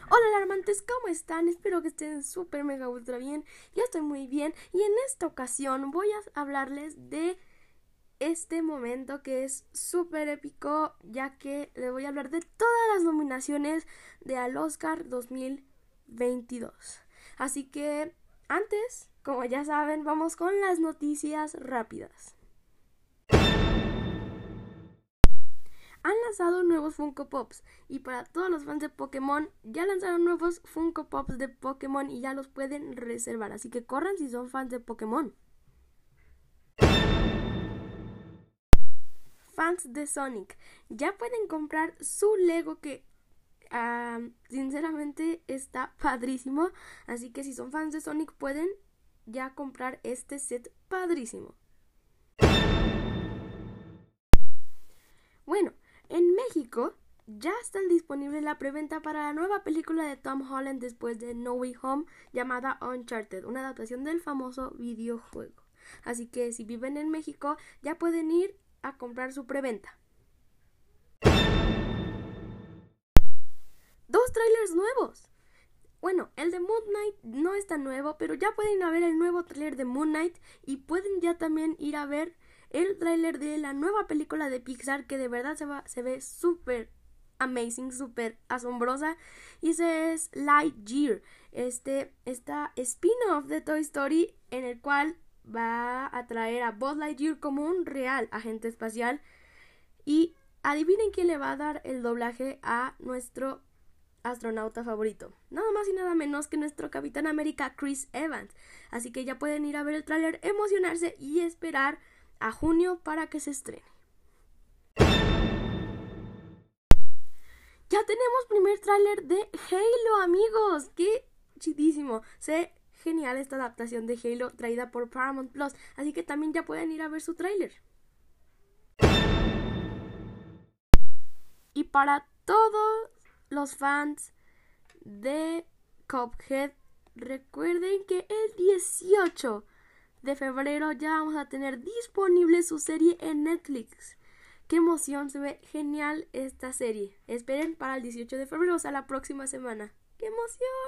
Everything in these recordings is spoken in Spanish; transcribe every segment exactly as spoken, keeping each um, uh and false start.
Hola alarmantes, ¿cómo están? Espero que estén súper mega ultra bien. Yo estoy muy bien y en esta ocasión voy a hablarles de este momento que es súper épico, ya que les voy a hablar de todas las nominaciones de al Oscar dos mil veintidós. Así que antes, como ya saben, vamos con las noticias rápidas. Han lanzado nuevos Funko Pops y para todos los fans de Pokémon ya lanzaron nuevos Funko Pops de Pokémon y ya los pueden reservar, así que corran si son fans de Pokémon. Fans de Sonic ya pueden comprar su Lego que uh, sinceramente está padrísimo, así que si son fans de Sonic pueden ya comprar este set padrísimo. Bueno, en México ya está disponible la preventa para la nueva película de Tom Holland después de No Way Home llamada Uncharted, una adaptación del famoso videojuego. Así que si viven en México ya pueden ir a comprar su preventa. Dos trailers nuevos. Bueno, el de Moon Knight no está nuevo, pero ya pueden ir a ver el nuevo trailer de Moon Knight y pueden ya también ir a ver el tráiler de la nueva película de Pixar que de verdad se, va, se ve súper amazing, súper asombrosa, y ese es Lightyear, este, esta spin-off de Toy Story en el cual va a traer a Buzz Lightyear como un real agente espacial. Y adivinen quién le va a dar el doblaje a nuestro astronauta favorito, nada más y nada menos que nuestro Capitán América Chris Evans. Así que ya pueden ir a ver el tráiler, emocionarse y esperar a junio para que se estrene. Ya tenemos primer tráiler de Halo, amigos. ¡Qué chidísimo! Se genial esta adaptación de Halo traída por Paramount Plus, así que también ya pueden ir a ver su tráiler. Y para todos los fans de Cuphead, recuerden que el dieciocho de febrero ya vamos a tener disponible su serie en Netflix. ¡Qué emoción! Se ve genial esta serie. Esperen para el dieciocho de febrero, o sea, la próxima semana. ¡Qué emoción!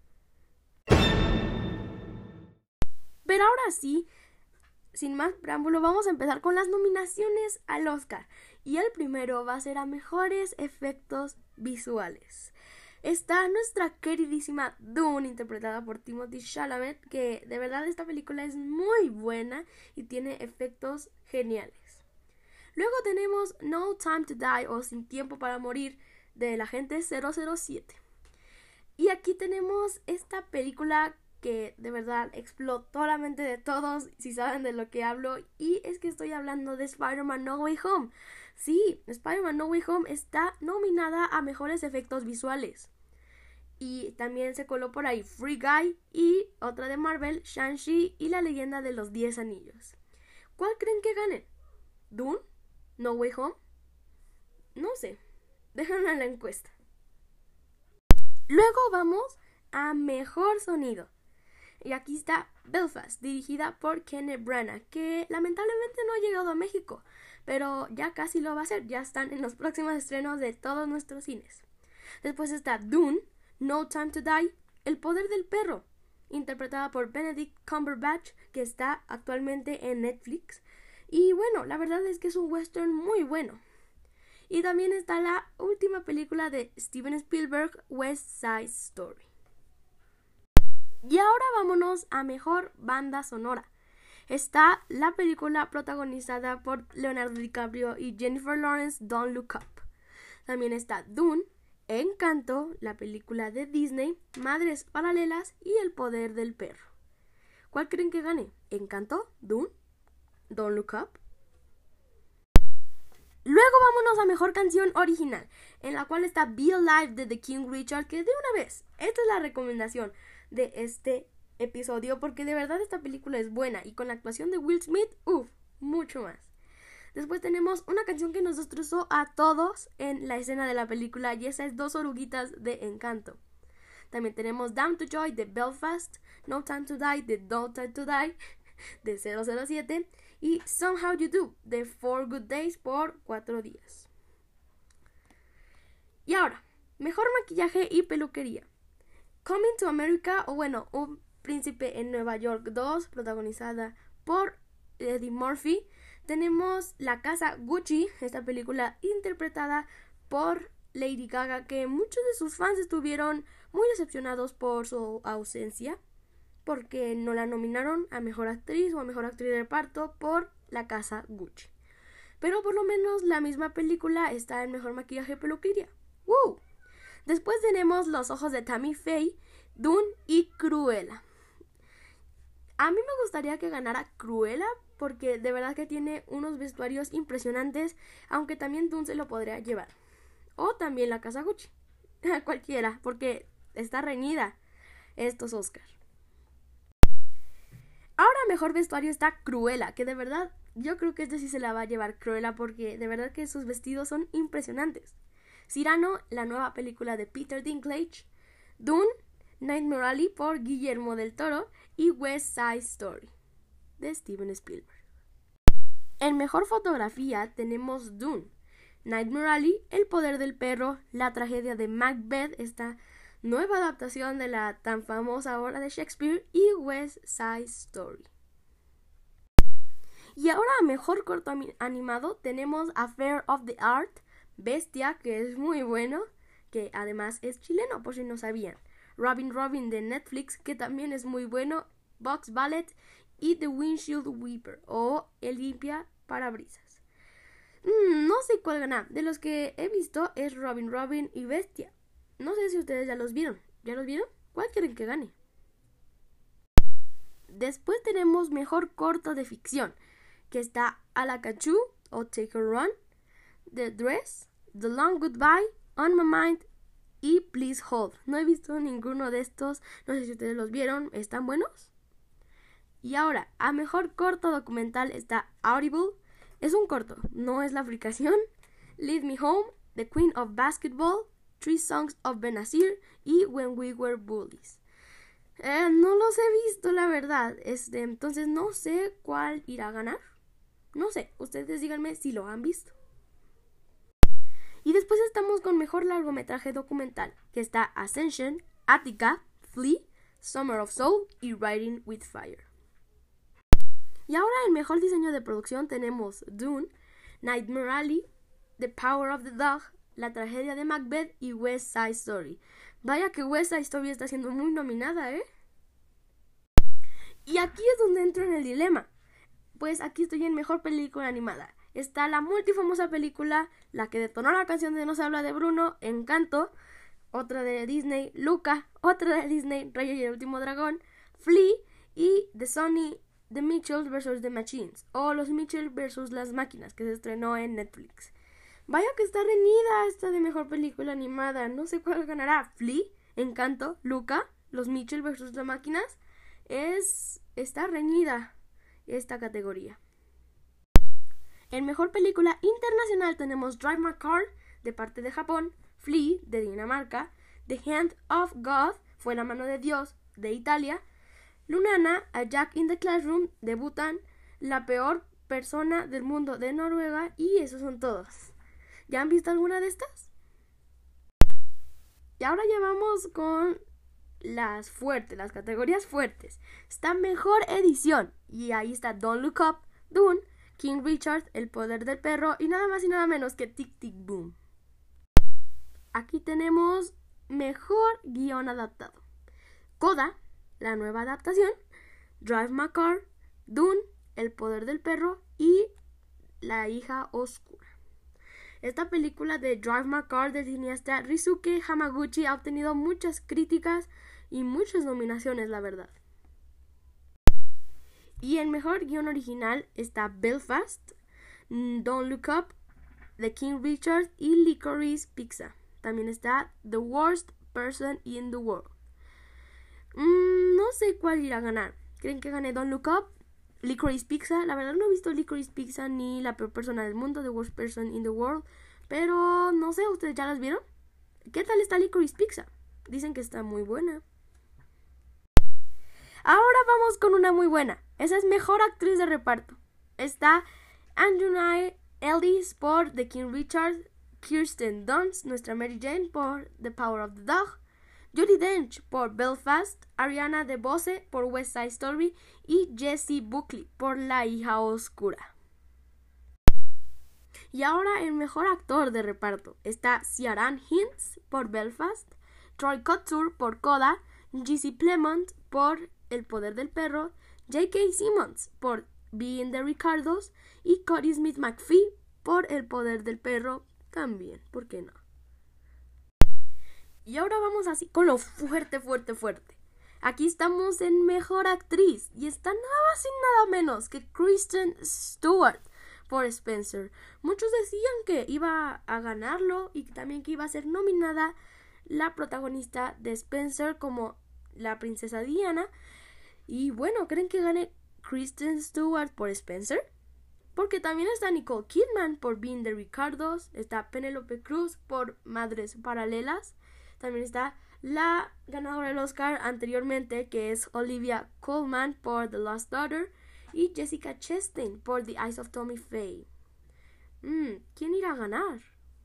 Pero ahora sí, sin más preámbulo, vamos a empezar con las nominaciones al Oscar. Y el primero va a ser a mejores efectos visuales. Está nuestra queridísima Dune, interpretada por Timothée Chalamet, que de verdad esta película es muy buena y tiene efectos geniales. Luego tenemos No Time to Die o Sin Tiempo para Morir de la agente cero cero siete. Y aquí tenemos esta película que de verdad explotó la mente de todos, si saben de lo que hablo, y es que estoy hablando de Spider-Man No Way Home. Sí, Spider-Man No Way Home está nominada a mejores efectos visuales. Y también se coló por ahí Free Guy y otra de Marvel, Shang-Chi y la leyenda de los diez anillos. ¿Cuál creen que gane? ¿Dune? ¿No Way Home? No sé, déjenlo en la encuesta. Luego vamos a mejor sonido. Y aquí está Belfast, dirigida por Kenneth Branagh, que lamentablemente no ha llegado a México, pero ya casi lo va a hacer, ya están en los próximos estrenos de todos nuestros cines. Después está Dune, No Time to Die, El Poder del Perro, interpretada por Benedict Cumberbatch, que está actualmente en Netflix. Y bueno, la verdad es que es un western muy bueno. Y también está la última película de Steven Spielberg, West Side Story. Y ahora vámonos a mejor banda sonora. Está la película protagonizada por Leonardo DiCaprio y Jennifer Lawrence, Don't Look Up. También está Dune, Encanto, la película de Disney, Madres Paralelas y El Poder del Perro. ¿Cuál creen que gane? ¿Encanto? ¿Dune? ¿Don't Look Up? Luego vámonos a mejor canción original, en la cual está Be Alive de The King Richard, que de una vez, esta es la recomendación de este episodio, porque de verdad esta película es buena, y con la actuación de Will Smith, uff, mucho más. Después tenemos una canción que nos destrozó a todos en la escena de la película, y esa es Dos Oruguitas de Encanto. También tenemos Down to Joy de Belfast, No Time to Die de No Time to Die de cero cero siete y Somehow You Do de Four Good Days por cuatro días. Y ahora, Mejor maquillaje y peluquería. Coming to America, o bueno, Un Príncipe en Nueva York dos, protagonizada por Eddie Murphy. Tenemos La Casa Gucci, esta película interpretada por Lady Gaga, que muchos de sus fans estuvieron muy decepcionados por su ausencia, porque no la nominaron a Mejor Actriz o a Mejor Actriz de Reparto por La Casa Gucci. Pero por lo menos la misma película está en Mejor Maquillaje y Peluquería. ¡Woo! Después tenemos Los Ojos de Tammy Faye, Dune y Cruella. A mí me gustaría que ganara Cruella, porque de verdad que tiene unos vestuarios impresionantes, aunque también Dune se lo podría llevar. O también La Casa Gucci. Cualquiera, porque está reñida estos Oscars. Ahora mejor vestuario está Cruella, que de verdad yo creo que este sí se la va a llevar Cruella, porque de verdad que sus vestidos son impresionantes. Cyrano, la nueva película de Peter Dinklage, Dune, Nightmare Alley por Guillermo del Toro y West Side Story de Steven Spielberg. En mejor fotografía tenemos Dune, Nightmare Alley, El Poder del Perro, La Tragedia de Macbeth, esta nueva adaptación de la tan famosa obra de Shakespeare, y West Side Story. Y ahora a mejor corto animado tenemos Affair of the Art, Bestia, que es muy bueno, que además es chileno por si no sabían, Robin Robin de Netflix, que también es muy bueno, Box Ballet y The Windshield Wiper o El Limpia Parabrisas. Mm, no sé cuál gana, de los que he visto es Robin Robin y Bestia. No sé si ustedes ya los vieron. ¿Ya los vieron? ¿Cuál quieren que gane? Después tenemos mejor corto de ficción, que está Alakachú o Take a Run, The Dress, The Long Goodbye, On My Mind y Please Hold. No he visto ninguno de estos, no sé si ustedes los vieron, ¿están buenos? Y ahora, a mejor corto documental está Audible, es un corto, no es la aplicación, Lead Me Home, The Queen of Basketball, Three Songs of Benazir y When We Were Bullies. Eh, no los he visto, la verdad, este, entonces no sé cuál irá a ganar. No sé, ustedes díganme si lo han visto. Y después estamos con mejor largometraje documental, que está Ascension, Attica, Flea, Summer of Soul y Riding with Fire. Y ahora en mejor diseño de producción tenemos Dune, Nightmare Alley, The Power of the Dog, La Tragedia de Macbeth y West Side Story. Vaya que West Side Story está siendo muy nominada, ¿eh? Y aquí es donde entro en el dilema. Pues aquí estoy en mejor película animada. Está la multifamosa película La que detonó la canción de No se habla de Bruno, Encanto, otra de Disney, Luca, otra de Disney, Raya y el último dragón, Flea y The Sony The Mitchells versus The Machines, o Los Mitchell versus las máquinas, que se estrenó en Netflix. Vaya que está reñida esta de mejor película animada. No sé cuál ganará. Flea, Encanto, Luca, Los Mitchell versus las máquinas. Es... está reñida esta categoría. En mejor película internacional tenemos Drive My Car, de parte de Japón, Flea, de Dinamarca, The Hand of God, Fue la mano de Dios, de Italia, Lunana, A Jack in the Classroom, de Bután, La peor persona del mundo, de Noruega, y esos son todos. ¿Ya han visto alguna de estas? Y ahora ya vamos con las fuertes, las categorías fuertes. Está mejor edición, y ahí está Don't Look Up, Dune, King Richard, El Poder del Perro, y nada más y nada menos que Tic Tic Boom. Aquí tenemos mejor guión adaptado. Coda, la nueva adaptación, Drive My Car, Dune, El Poder del Perro y La hija oscura. Esta película de Drive My Car del cineasta Ryusuke Hamaguchi ha obtenido muchas críticas y muchas nominaciones, la verdad. Y en mejor guión original está Belfast, Don't Look Up, The King Richard y Licorice Pizza. También está The Worst Person in the World. Mm, no sé cuál irá a ganar. ¿Creen que gane Don't Look Up? Licorice Pizza. La verdad no he visto Licorice Pizza ni La peor persona del mundo, The Worst Person in the World. Pero no sé, ¿ustedes ya las vieron? ¿Qué tal está Licorice Pizza? Dicen que está muy buena. Ahora vamos con una muy buena. Esa es mejor actriz de reparto. Está Anjuna Ellis por The King Richard, Kirsten Dunst, nuestra Mary Jane, por The Power of the Dog, Judi Dench por Belfast, Ariana DeBose por West Side Story y Jessie Buckley por La hija oscura. Y ahora el mejor actor de reparto está Ciarán Hinds por Belfast, Troy Kotsur por Coda, Jesse Plemons por El poder del perro, J K. Simmons por Being the Ricardos y Cody Smith McPhee por El poder del perro también, ¿por qué no? Y ahora vamos así con lo fuerte, fuerte, fuerte. Aquí estamos en Mejor Actriz y está nada más y nada menos que Kristen Stewart por Spencer. Muchos decían que iba a ganarlo y también que iba a ser nominada la protagonista de Spencer como la princesa Diana. Y bueno, ¿creen que gane Kristen Stewart por Spencer? Porque también está Nicole Kidman por Being the Ricardos, está Penélope Cruz por Madres Paralelas, también está la ganadora del Oscar anteriormente, que es Olivia Colman por The Lost Daughter, y Jessica Chastain por The Eyes of Tommy Faye. Mm, ¿Quién irá a ganar?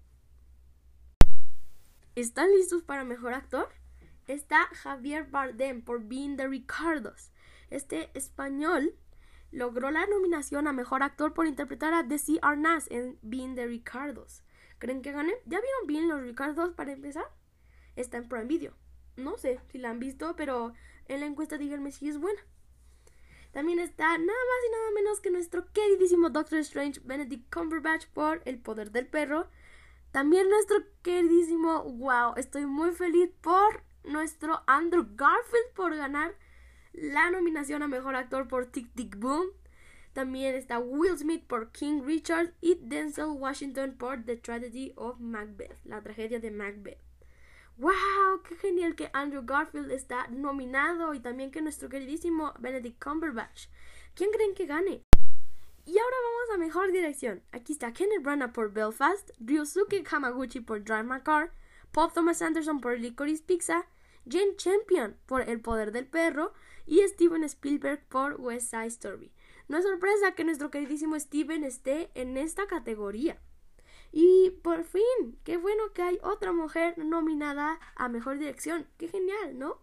¿Están listos para Mejor Actor? Está Javier Bardem por Being the Ricardos. Este español logró la nominación a Mejor Actor por interpretar a Desi Arnaz en Being the Ricardos. ¿Creen que gane? ¿Ya vieron bien los Ricardos para empezar? Está en Prime Video. No sé si la han visto, pero en la encuesta díganme si es buena. También está nada más y nada menos que nuestro queridísimo Doctor Strange, Benedict Cumberbatch por El poder del perro. También nuestro queridísimo, wow, estoy muy feliz por nuestro Andrew Garfield por ganar la nominación a Mejor Actor por Tic Tic Boom. También está Will Smith por King Richard y Denzel Washington por The Tragedy of Macbeth, la tragedia de Macbeth. ¡Wow! ¡Qué genial que Andrew Garfield está nominado! Y también que nuestro queridísimo Benedict Cumberbatch. ¿Quién creen que gane? Y ahora vamos a Mejor Dirección. Aquí está Kenneth Branagh por Belfast, Ryusuke Hamaguchi por Drive My Car, Paul Thomas Anderson por Licorice Pizza, Jane Campion por El poder del perro y Steven Spielberg por West Side Story. No es sorpresa que nuestro queridísimo Steven esté en esta categoría. Y por fin, qué bueno que hay otra mujer nominada a Mejor Dirección. Qué genial, ¿no?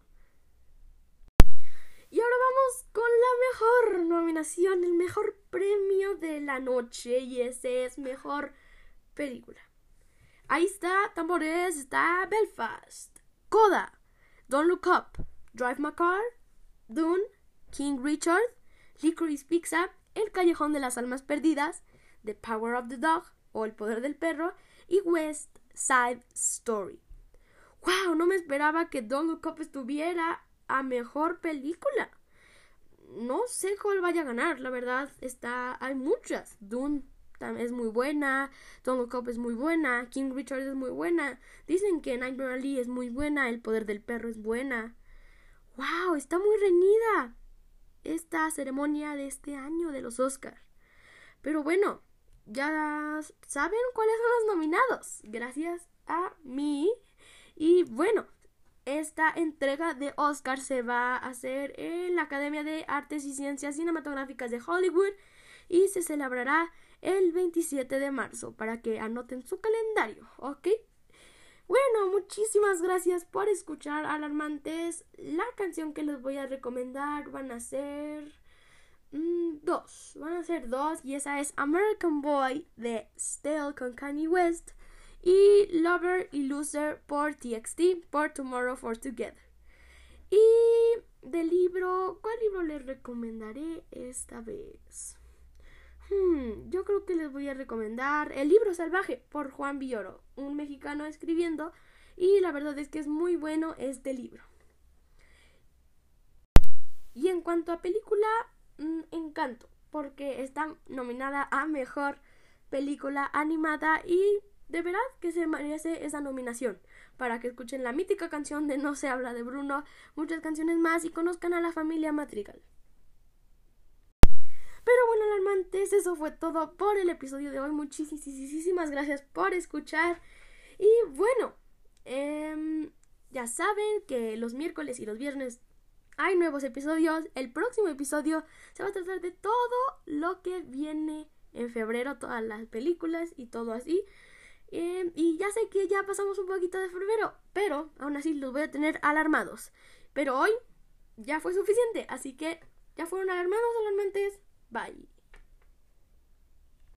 Y ahora vamos con la mejor nominación, el mejor premio de la noche, y ese es Mejor Película. Ahí está, tambores, está Belfast, Coda, Don't Look Up, Drive My Car, Dune, King Richard, Licorice Pizza, El callejón de las almas perdidas, The Power of the Dog o El poder del perro y West Side Story. ¡Wow! No me esperaba que Don't Look Up estuviera a Mejor Película. No sé cuál vaya a ganar, la verdad. Está, hay muchas. Dune es muy buena, Don't Look Up es muy buena, King Richard es muy buena. Dicen que Nightmare Alley es muy buena, El poder del perro es buena. ¡Wow! Está muy reñida esta ceremonia de este año de los Oscars. Pero bueno, ya saben cuáles son los nominados, gracias a mí. Y bueno, esta entrega de Oscar se va a hacer en la Academia de Artes y Ciencias Cinematográficas de Hollywood y se celebrará el veintisiete de marzo para que anoten su calendario, ¿ok? Bueno, muchísimas gracias por escuchar, alarmantes. La canción que les voy a recomendar van a ser mm, dos, van a ser dos y esa es American Boy de Stale con Kanye West y Lover y Loser por T X T, por Tomorrow for Together. Y del libro, ¿cuál libro les recomendaré esta vez? Hmm, yo creo que les voy a recomendar El libro salvaje por Juan Villoro, un mexicano escribiendo, y la verdad es que es muy bueno este libro. Y en cuanto a película, mmm, Encanto, porque está nominada a Mejor Película Animada y de verdad que se merece esa nominación, para que escuchen la mítica canción de No se habla de Bruno, muchas canciones más y conozcan a la familia Madrigal. Pero bueno, alarmantes, eso fue todo por el episodio de hoy. Muchísimas gracias por escuchar. Y bueno, eh, ya saben que los miércoles y los viernes hay nuevos episodios. El próximo episodio se va a tratar de todo lo que viene en febrero, todas las películas y todo así. Eh, y ya sé que ya pasamos un poquito de febrero, pero aún así los voy a tener alarmados. Pero hoy ya fue suficiente, así que ya fueron alarmados, alarmantes. Bye.